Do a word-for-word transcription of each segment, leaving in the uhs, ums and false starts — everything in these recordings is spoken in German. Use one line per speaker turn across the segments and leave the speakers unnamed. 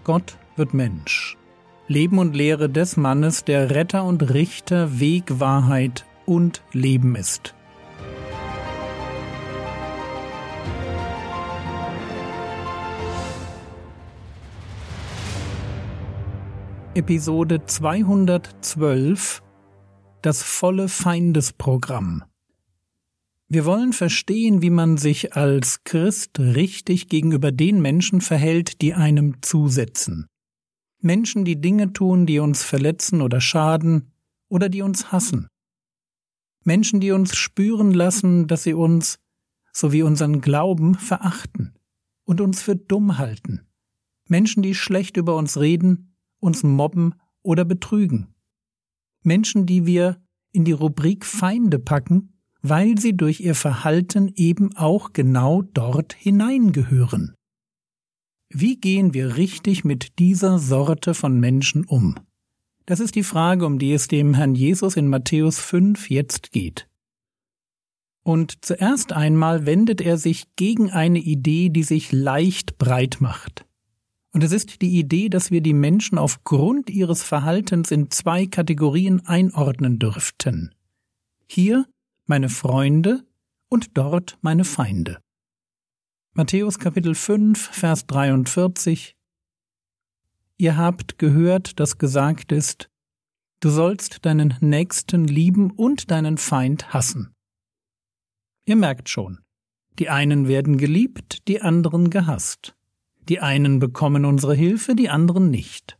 Gott wird Mensch. Leben und Lehre des Mannes, der Retter und Richter, Weg, Wahrheit und Leben ist. Episode zweihundertzwölf: Das volle Feindesprogramm. Wir wollen verstehen, wie man sich als Christ richtig gegenüber den Menschen verhält, die einem zusetzen. Menschen, die Dinge tun, die uns verletzen oder schaden oder die uns hassen. Menschen, die uns spüren lassen, dass sie uns, sowie unseren Glauben, verachten und uns für dumm halten. Menschen, die schlecht über uns reden, uns mobben oder betrügen. Menschen, die wir in die Rubrik Feinde packen, weil sie durch ihr Verhalten eben auch genau dort hineingehören. Wie gehen wir richtig mit dieser Sorte von Menschen um? Das ist die Frage, um die es dem Herrn Jesus in Matthäus fünf jetzt geht. Und zuerst einmal wendet er sich gegen eine Idee, die sich leicht breit macht. Und es ist die Idee, dass wir die Menschen aufgrund ihres Verhaltens in zwei Kategorien einordnen dürften. Hier meine Freunde und dort meine Feinde. Matthäus Kapitel fünf, Vers dreiundvierzig: Ihr habt gehört, dass gesagt ist, du sollst deinen Nächsten lieben und deinen Feind hassen. Ihr merkt schon, die einen werden geliebt, die anderen gehasst. Die einen bekommen unsere Hilfe, die anderen nicht.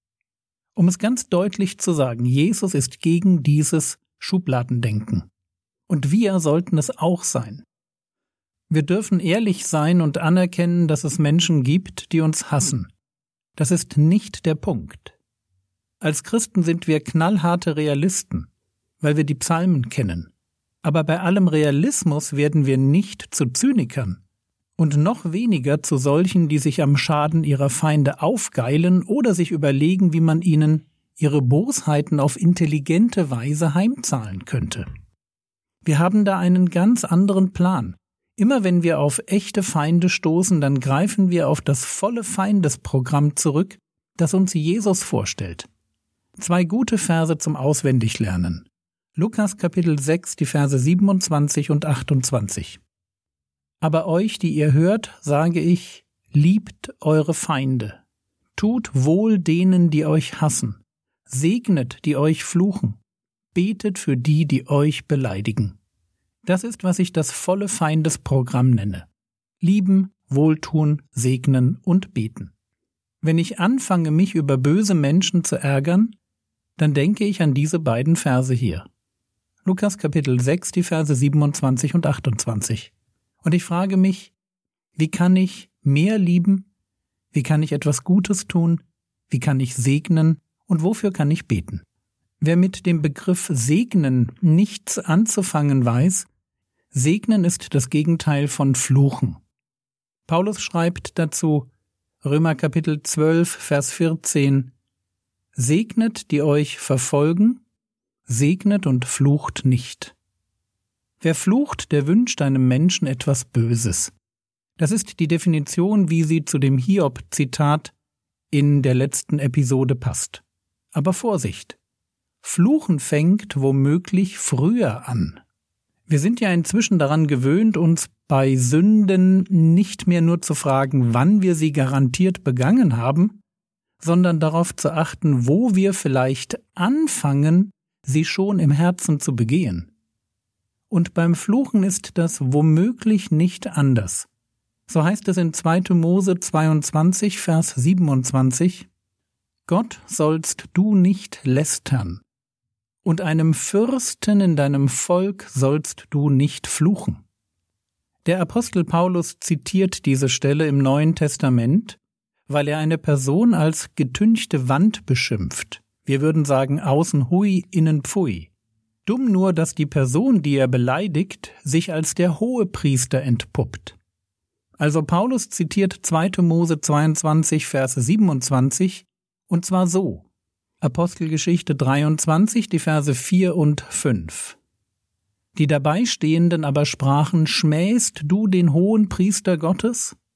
Um es ganz deutlich zu sagen, Jesus ist gegen dieses Schubladendenken. Und wir sollten es auch sein. Wir dürfen ehrlich sein und anerkennen, dass es Menschen gibt, die uns hassen. Das ist nicht der Punkt. Als Christen sind wir knallharte Realisten, weil wir die Psalmen kennen. Aber bei allem Realismus werden wir nicht zu Zynikern und noch weniger zu solchen, die sich am Schaden ihrer Feinde aufgeilen oder sich überlegen, wie man ihnen ihre Bosheiten auf intelligente Weise heimzahlen könnte. Wir haben da einen ganz anderen Plan. Immer wenn wir auf echte Feinde stoßen, dann greifen wir auf das volle Feindesprogramm zurück, das uns Jesus vorstellt. Zwei gute Verse zum Auswendiglernen. Lukas Kapitel sechs, die Verse siebenundzwanzig und achtundzwanzig. Aber euch, die ihr hört, sage ich, liebt eure Feinde. Tut wohl denen, die euch hassen. Segnet, die euch fluchen. Betet für die, die euch beleidigen. Das ist, was ich das volle Feindesprogramm nenne. Lieben, wohltun, segnen und beten. Wenn ich anfange, mich über böse Menschen zu ärgern, dann denke ich an diese beiden Verse hier. Lukas Kapitel sechs, die Verse siebenundzwanzig und achtundzwanzig. Und ich frage mich, wie kann ich mehr lieben? Wie kann ich etwas Gutes tun? Wie kann ich segnen? Und wofür kann ich beten? Wer mit dem Begriff Segnen nichts anzufangen weiß, Segnen ist das Gegenteil von Fluchen. Paulus schreibt dazu, Römer Kapitel zwölf, Vers vierzehn, Segnet, die euch verfolgen, segnet und flucht nicht. Wer flucht, der wünscht einem Menschen etwas Böses. Das ist die Definition, wie sie zu dem Hiob-Zitat in der letzten Episode passt. Aber Vorsicht! Fluchen fängt womöglich früher an. Wir sind ja inzwischen daran gewöhnt, uns bei Sünden nicht mehr nur zu fragen, wann wir sie garantiert begangen haben, sondern darauf zu achten, wo wir vielleicht anfangen, sie schon im Herzen zu begehen. Und beim Fluchen ist das womöglich nicht anders. So heißt es in zweiter Mose zweiundzwanzig, Vers siebenundzwanzig, Gott sollst du nicht lästern. Und einem Fürsten in deinem Volk sollst du nicht fluchen. Der Apostel Paulus zitiert diese Stelle im Neuen Testament, weil er eine Person als getünchte Wand beschimpft. Wir würden sagen, außen hui, innen pfui. Dumm nur, dass die Person, die er beleidigt, sich als der Hohepriester entpuppt. Also Paulus zitiert zweiter Mose zweiundzwanzig, Vers siebenundzwanzig, und zwar so. Apostelgeschichte dreiundzwanzig, die Verse vier und fünf. Die Dabeistehenden aber sprachen, schmähst du den hohen Priester Gottes?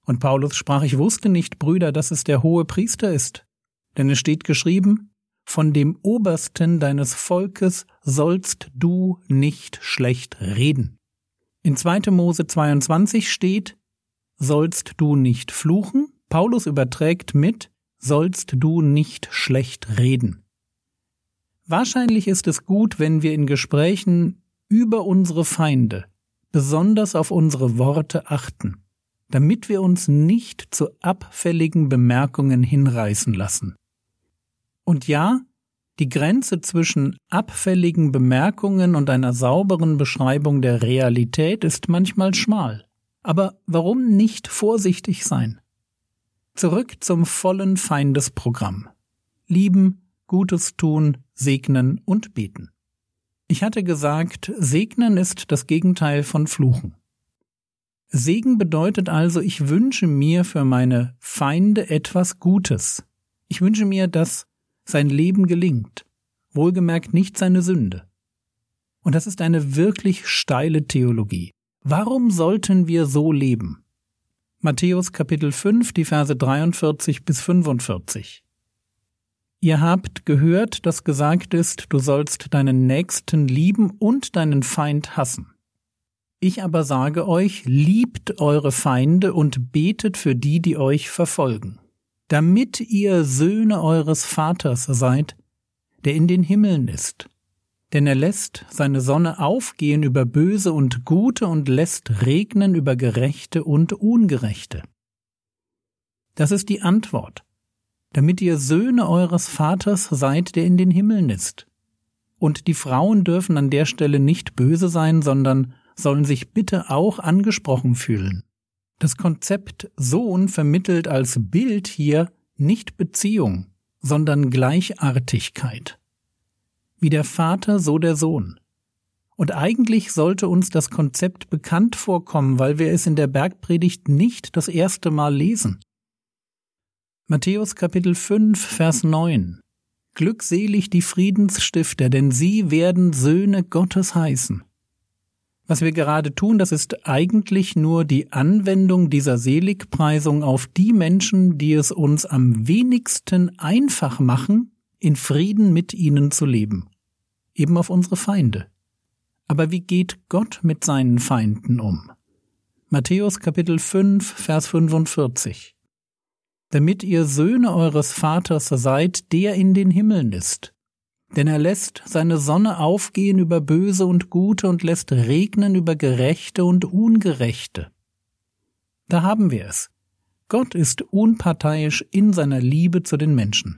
Und Paulus sprach, ich wusste nicht, Brüder, dass es der hohe Priester ist. Denn es steht geschrieben, von dem Obersten deines Volkes sollst du nicht schlecht reden. In zweiter Mose zweiundzwanzig steht, sollst du nicht fluchen. Paulus überträgt mit, sollst du nicht schlecht reden. Wahrscheinlich ist es gut, wenn wir in Gesprächen über unsere Feinde besonders auf unsere Worte achten, damit wir uns nicht zu abfälligen Bemerkungen hinreißen lassen. Und ja, die Grenze zwischen abfälligen Bemerkungen und einer sauberen Beschreibung der Realität ist manchmal schmal. Aber warum nicht vorsichtig sein? Zurück zum vollen Feindesprogramm. Lieben, Gutes tun, segnen und beten. Ich hatte gesagt, segnen ist das Gegenteil von fluchen. Segen bedeutet also, ich wünsche mir für meine Feinde etwas Gutes. Ich wünsche mir, dass sein Leben gelingt, wohlgemerkt nicht seine Sünde. Und das ist eine wirklich steile Theologie. Warum sollten wir so leben? Matthäus Kapitel fünf, die Verse dreiundvierzig bis fünfundvierzig. Ihr habt gehört, dass gesagt ist, du sollst deinen Nächsten lieben und deinen Feind hassen. Ich aber sage euch, liebt eure Feinde und betet für die, die euch verfolgen, damit ihr Söhne eures Vaters seid, der in den Himmeln ist. Denn er lässt seine Sonne aufgehen über Böse und Gute und lässt regnen über Gerechte und Ungerechte. Das ist die Antwort. Damit ihr Söhne eures Vaters seid, der in den Himmeln ist. Und die Frauen dürfen an der Stelle nicht böse sein, sondern sollen sich bitte auch angesprochen fühlen. Das Konzept Sohn vermittelt als Bild hier nicht Beziehung, sondern Gleichartigkeit. Wie der Vater, so der Sohn. Und eigentlich sollte uns das Konzept bekannt vorkommen, weil wir es in der Bergpredigt nicht das erste Mal lesen. Matthäus Kapitel fünf, Vers neun. Glückselig die Friedensstifter, denn sie werden Söhne Gottes heißen. Was wir gerade tun, das ist eigentlich nur die Anwendung dieser Seligpreisung auf die Menschen, die es uns am wenigsten einfach machen, in Frieden mit ihnen zu leben. Eben auf unsere Feinde. Aber wie geht Gott mit seinen Feinden um? Matthäus Kapitel fünf, Vers fünfundvierzig. Damit ihr Söhne eures Vaters seid, der in den Himmeln ist. Denn er lässt seine Sonne aufgehen über Böse und Gute und lässt regnen über Gerechte und Ungerechte. Da haben wir es. Gott ist unparteiisch in seiner Liebe zu den Menschen.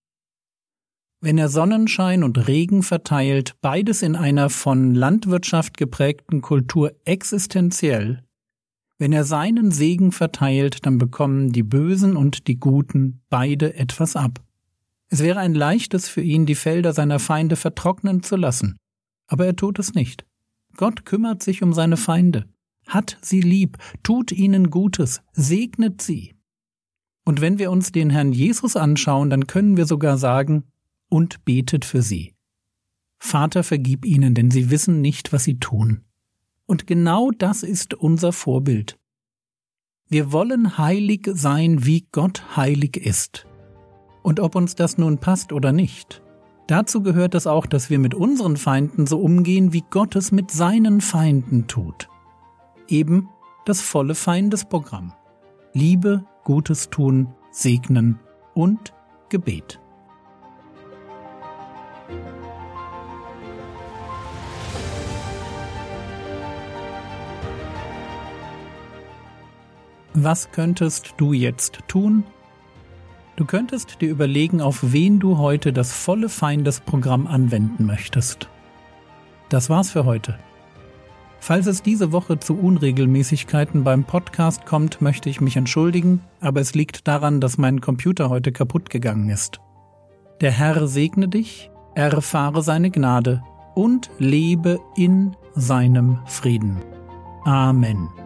Wenn er Sonnenschein und Regen verteilt, beides in einer von Landwirtschaft geprägten Kultur existenziell, wenn er seinen Segen verteilt, dann bekommen die Bösen und die Guten beide etwas ab. Es wäre ein leichtes für ihn, die Felder seiner Feinde vertrocknen zu lassen. Aber er tut es nicht. Gott kümmert sich um seine Feinde, hat sie lieb, tut ihnen Gutes, segnet sie. Und wenn wir uns den Herrn Jesus anschauen, dann können wir sogar sagen, und betet für sie. Vater, vergib ihnen, denn sie wissen nicht, was sie tun. Und genau das ist unser Vorbild. Wir wollen heilig sein, wie Gott heilig ist. Und ob uns das nun passt oder nicht, dazu gehört es auch, dass wir mit unseren Feinden so umgehen, wie Gott es mit seinen Feinden tut. Eben das volle Feindesprogramm. Liebe, Gutes tun, segnen und Gebet. Was könntest du jetzt tun? Du könntest dir überlegen, auf wen du heute das volle Feindesprogramm anwenden möchtest. Das war's für heute. Falls es diese Woche zu Unregelmäßigkeiten beim Podcast kommt, möchte ich mich entschuldigen, aber es liegt daran, dass mein Computer heute kaputt gegangen ist. Der Herr segne dich, erfahre seine Gnade und lebe in seinem Frieden. Amen.